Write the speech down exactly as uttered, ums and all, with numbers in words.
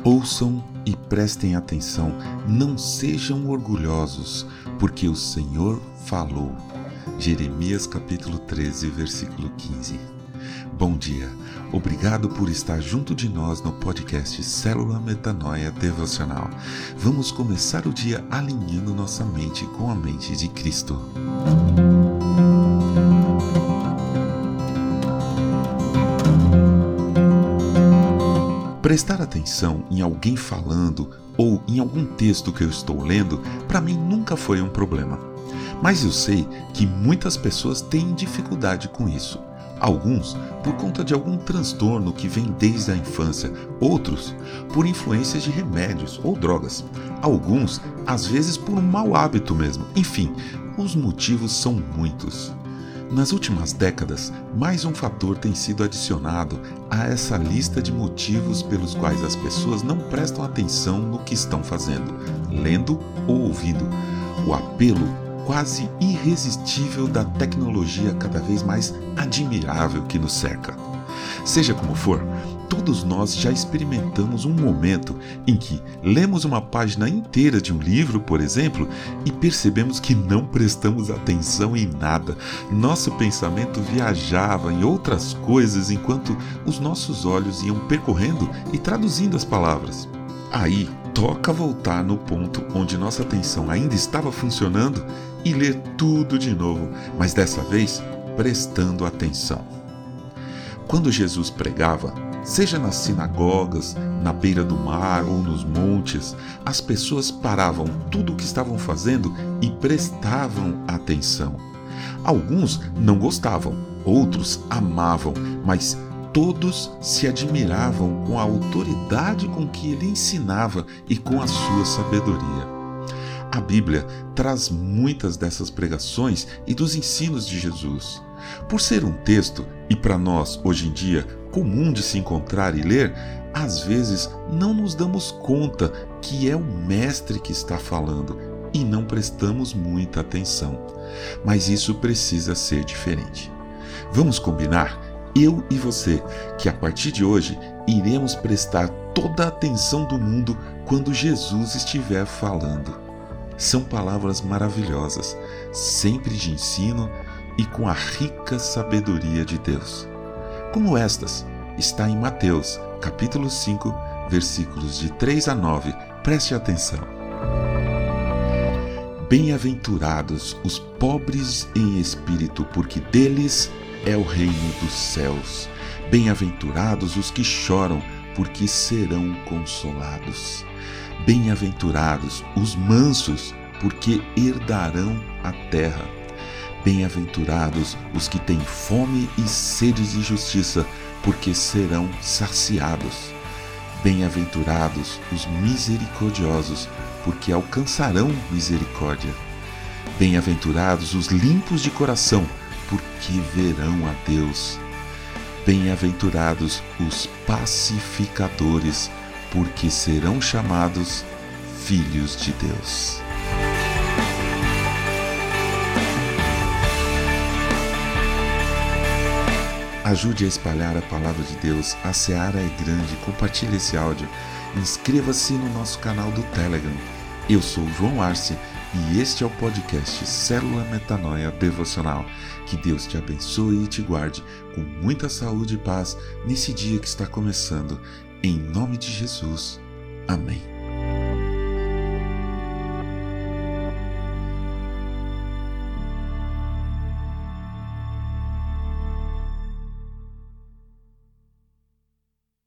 Ouçam e prestem atenção, não sejam orgulhosos, porque o Senhor falou. Jeremias capítulo treze, versículo quinze. Bom dia, obrigado por estar junto de nós no podcast Célula Metanoia Devocional. Vamos começar o dia alinhando nossa mente com a mente de Cristo. Prestar atenção em alguém falando ou em algum texto que eu estou lendo, para mim nunca foi um problema. Mas eu sei que muitas pessoas têm dificuldade com isso. Alguns por conta de algum transtorno que vem desde a infância, outros por influências de remédios ou drogas, alguns às vezes por um mau hábito mesmo. Enfim, os motivos são muitos. Nas últimas décadas, mais um fator tem sido adicionado a essa lista de motivos pelos quais as pessoas não prestam atenção no que estão fazendo, lendo ou ouvindo. O apelo quase irresistível da tecnologia cada vez mais admirável que nos cerca. Seja como for, todos nós já experimentamos um momento em que lemos uma página inteira de um livro, por exemplo, e percebemos que não prestamos atenção em nada. Nosso pensamento viajava em outras coisas enquanto os nossos olhos iam percorrendo e traduzindo as palavras. Aí, toca voltar no ponto onde nossa atenção ainda estava funcionando e ler tudo de novo, mas dessa vez prestando atenção. Quando Jesus pregava, seja nas sinagogas, na beira do mar ou nos montes, as pessoas paravam tudo o que estavam fazendo e prestavam atenção. Alguns não gostavam, outros amavam, mas todos se admiravam com a autoridade com que ele ensinava e com a sua sabedoria. A Bíblia traz muitas dessas pregações e dos ensinos de Jesus. Por ser um texto, e para nós, hoje em dia, comum de se encontrar e ler, às vezes não nos damos conta que é o Mestre que está falando e não prestamos muita atenção. Mas isso precisa ser diferente. Vamos combinar, eu e você, que a partir de hoje iremos prestar toda a atenção do mundo quando Jesus estiver falando. São palavras maravilhosas, sempre de ensino e com a rica sabedoria de Deus. Como estas, está em Mateus, capítulo cinco, versículos de três a nove. Preste atenção. Bem-aventurados os pobres em espírito, porque deles é o reino dos céus. Bem-aventurados os que choram, porque serão consolados. Bem-aventurados os mansos, porque herdarão a terra. Bem-aventurados os que têm fome e sede de justiça, porque serão saciados. Bem-aventurados os misericordiosos, porque alcançarão misericórdia. Bem-aventurados os limpos de coração, porque verão a Deus. Bem-aventurados os pacificadores, porque serão chamados filhos de Deus. Ajude a espalhar a palavra de Deus, a seara é grande, compartilhe esse áudio, inscreva-se no nosso canal do Telegram. Eu sou o João Arce e este é o podcast Célula Metanoia Devocional. Que Deus te abençoe e te guarde com muita saúde e paz nesse dia que está começando. Em nome de Jesus. Amém.